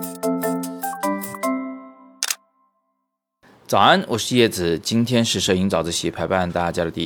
早安，我是叶子。今天是摄影早自习陪伴大家的第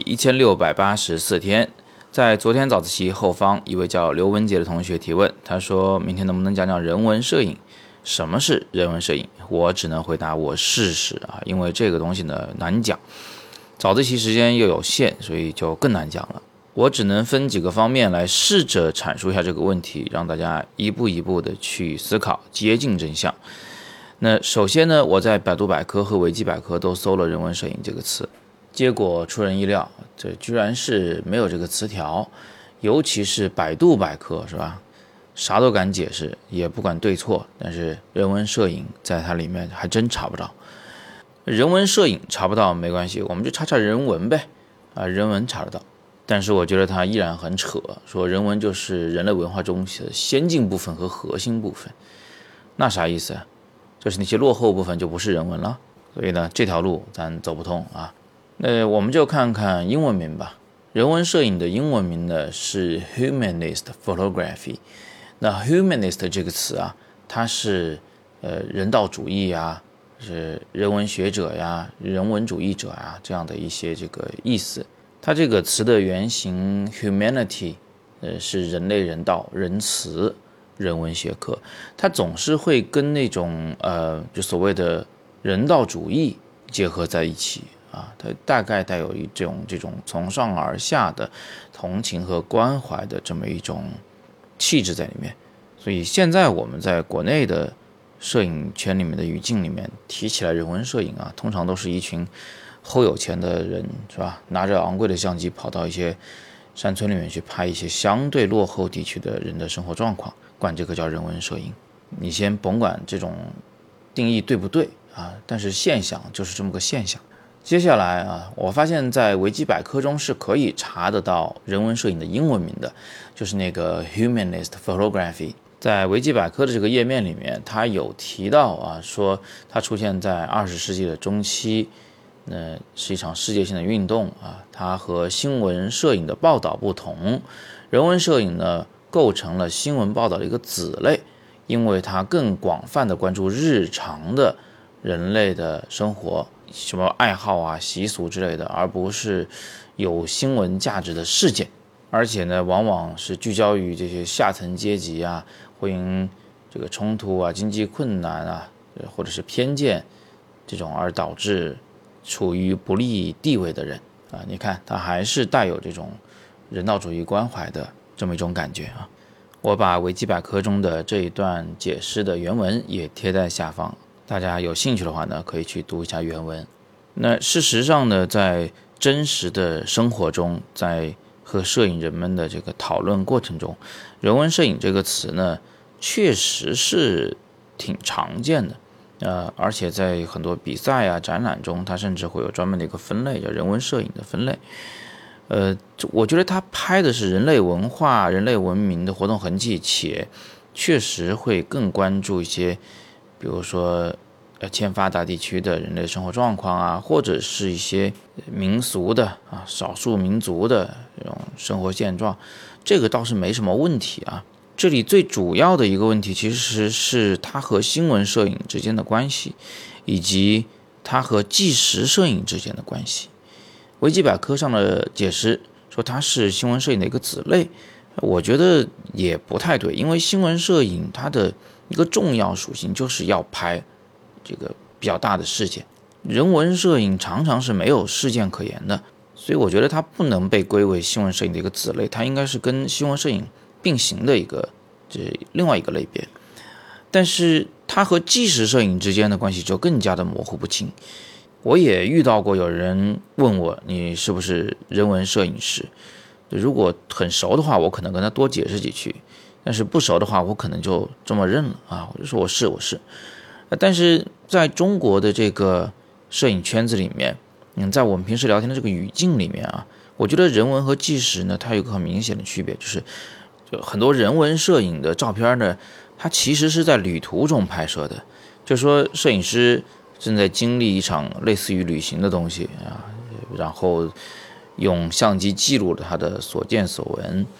1684天。在昨天早自习后方，一位叫刘文杰的同学提问，他说明天能不能讲讲人文摄影？什么是人文摄影？我只能回答我试试啊，因为这个东西呢难讲，早自习时间又有限，所以就更难讲了。我只能分几个方面来试着阐述一下这个问题，让大家一步一步的去思考，接近真相。那首先呢，我在百度百科和维基百科都搜了人文摄影这个词，结果出人意料，这居然是没有这个词条，尤其是百度百科，是吧？啥都敢解释，也不管对错，但是人文摄影在它里面还真查不到。人文摄影查不到没关系，我们就查查人文呗，人文查得到。但是我觉得它依然很扯，说人文就是人类文化中的先进部分和核心部分，那啥意思啊？就是那些落后部分就不是人文了，所以呢，这条路咱走不通啊。那我们就看看英文名吧。人文摄影的英文名呢是 Humanist Photography。那 Humanist 这个词啊，它是人道主义呀，是人文学者呀、人文主义者呀这样的一些这个意思。它这个词的原型 Humanity，是人类、人道、仁慈。人文学科，它总是会跟那种就所谓的人道主义结合在一起啊，它大概带有这种从上而下的同情和关怀的这么一种气质在里面。所以现在我们在国内的摄影圈里面的语境里面提起来人文摄影啊，通常都是一群齁有钱的人，是吧？拿着昂贵的相机跑到一些山村里面去拍一些相对落后地区的人的生活状况，管这个叫人文摄影。你先甭管这种定义对不对啊，但是现象就是这么个现象。接下来啊，我发现在维基百科中是可以查得到人文摄影的英文名的，就是那个 Humanist Photography。在维基百科的这个页面里面，它有提到啊，说它出现在20世纪的中期，是一场世界性的运动啊。它和新闻摄影的报道不同，人文摄影呢构成了新闻报道的一个子类，因为它更广泛的关注日常的人类的生活，什么爱好啊、习俗之类的，而不是有新闻价值的事件。而且呢，往往是聚焦于这些下层阶级啊，会因这个冲突啊、经济困难啊，或者是偏见这种而导致处于不利地位的人啊。你看，它还是带有这种人道主义关怀的这么一种感觉啊。我把维基百科中的这一段解释的原文也贴在下方，大家有兴趣的话呢，可以去读一下原文。那事实上呢，在真实的生活中，在和摄影人们的这个讨论过程中，人文摄影这个词呢，确实是挺常见的。而且在很多比赛啊、展览中，它甚至会有专门的一个分类，叫人文摄影的分类。我觉得他拍的是人类文化、人类文明的活动痕迹，且确实会更关注一些，比如说欠发达地区的人类生活状况啊，或者是一些民俗的啊、少数民族的这种生活现状，这个倒是没什么问题啊。这里最主要的一个问题其实是它和新闻摄影之间的关系，以及它和纪实摄影之间的关系。维基百科上的解释说它是新闻摄影的一个子类，我觉得也不太对，因为新闻摄影它的一个重要属性就是要拍这个比较大的事件，人文摄影常常是没有事件可言的，所以我觉得它不能被归为新闻摄影的一个子类，它应该是跟新闻摄影并行的另外一个类别。但是它和纪实摄影之间的关系就更加的模糊不清。我也遇到过有人问我，你是不是人文摄影师？如果很熟的话，我可能跟他多解释几句，但是不熟的话，我可能就这么认了啊，我就说我是。但是在中国的这个摄影圈子里面，在我们平时聊天的这个语境里面啊，我觉得人文和纪实呢，它有一个很明显的区别，就很多人文摄影的照片呢，它其实是在旅途中拍摄的，就是说摄影师正在经历一场类似于旅行的东西啊，然后用相机记录了他的所见所闻。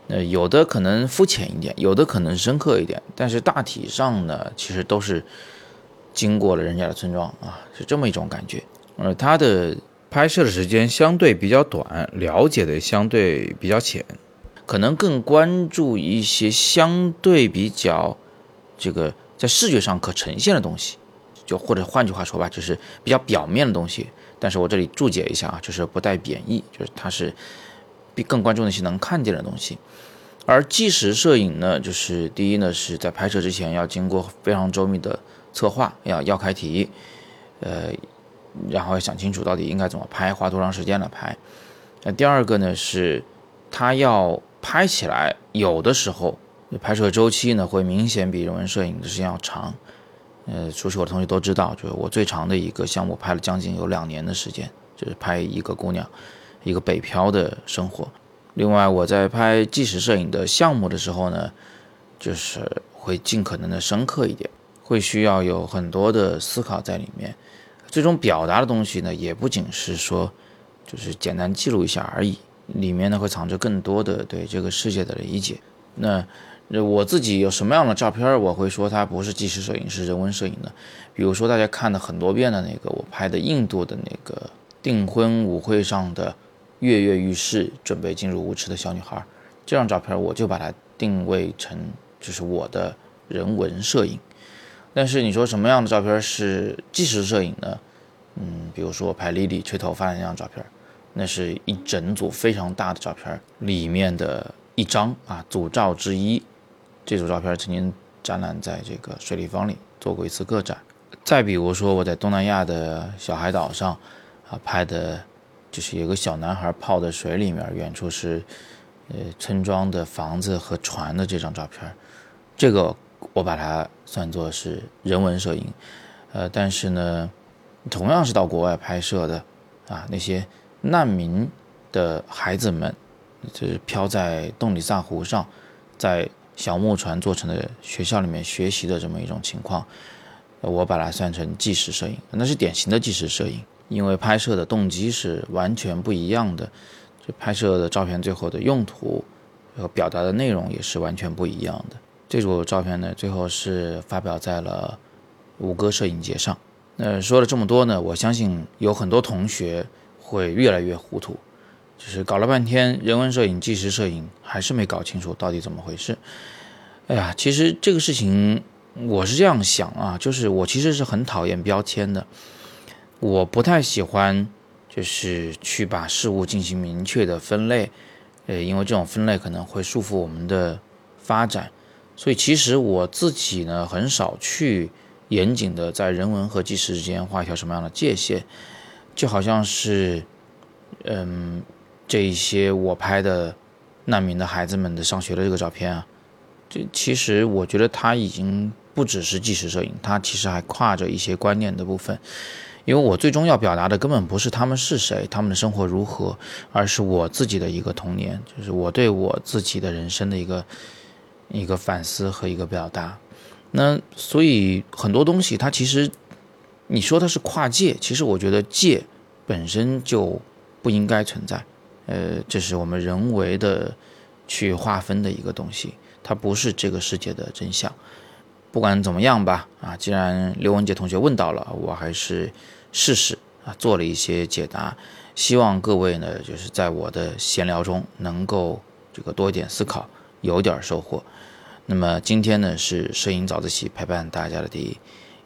有的可能肤浅一点，有的可能深刻一点，但是大体上呢，其实都是经过了人家的村庄啊，是这么一种感觉。他的拍摄的时间相对比较短，了解的相对比较浅，可能更关注一些相对比较这个在视觉上可呈现的东西，就或者换句话说吧，就是比较表面的东西。但是我这里注解一下啊，就是不带贬义，就是它是更关注那些能看见的东西。而纪实摄影呢，就是第一呢是在拍摄之前要经过非常周密的策划，要开题，然后要想清楚到底应该怎么拍，花多长时间来拍。第二个呢是它要拍起来，有的时候拍摄周期呢会明显比人文摄影的时间要长。熟悉我的同学都知道，就是我最长的一个项目拍了将近有2年的时间，就是拍一个姑娘，一个北漂的生活。另外我在拍纪实摄影的项目的时候呢，就是会尽可能的深刻一点，会需要有很多的思考在里面。最终表达的东西呢，也不仅是说就是简单记录一下而已，里面呢会藏着更多的对这个世界的理解。那我自己有什么样的照片我会说它不是纪实摄影，是人文摄影的？比如说大家看了很多遍的那个我拍的印度的那个订婚舞会上的跃跃欲试准备进入舞池的小女孩，这张照片我就把它定位成就是我的人文摄影。但是你说什么样的照片是纪实摄影呢？比如说我拍 Lily 吹头发的那张照片，那是一整组非常大的照片里面的一张组照之一。这组照片曾经展览在这个水立方里做过一次个展。再比如说我在东南亚的小海岛上拍的就是有个小男孩泡在水里面，远处是村庄的房子和船的这张照片，这个我把它算作是人文摄影。但是呢同样是到国外拍摄的那些难民的孩子们就是漂在洞里萨湖上，在小木船做成的学校里面学习的这么一种情况，我把它算成纪实摄影。那是典型的纪实摄影，因为拍摄的动机是完全不一样的，就拍摄的照片最后的用途和表达的内容也是完全不一样的。这组照片呢最后是发表在了吴哥摄影节上。说了这么多呢，我相信有很多同学会越来越糊涂，就是搞了半天人文摄影纪实摄影还是没搞清楚到底怎么回事。其实这个事情我是这样想就是我其实是很讨厌标签的，我不太喜欢就是去把事物进行明确的分类，因为这种分类可能会束缚我们的发展。所以其实我自己呢很少去严谨的在人文和纪实之间画一条什么样的界限，就好像是这一些我拍的难民的孩子们的上学的这个照片这其实我觉得它已经不只是纪实摄影，它其实还跨着一些观念的部分。因为我最终要表达的根本不是他们是谁，他们的生活如何，而是我自己的一个童年，就是我对我自己的人生的一个反思和一个表达。那所以很多东西它其实你说它是跨界，其实我觉得界本身就不应该存在，这是我们人为的去划分的一个东西，它不是这个世界的真相。不管怎么样吧既然刘文杰同学问到了，我还是试试做了一些解答，希望各位呢就是在我的闲聊中能够这个多一点思考，有点收获。那么今天呢是摄影早自习陪伴大家的第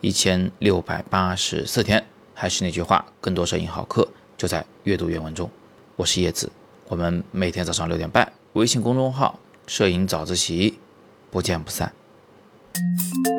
1684天，还是那句话，更多摄影好课就在阅读原文中。我是叶子，我们每天早上6点半微信公众号摄影早自习不见不散。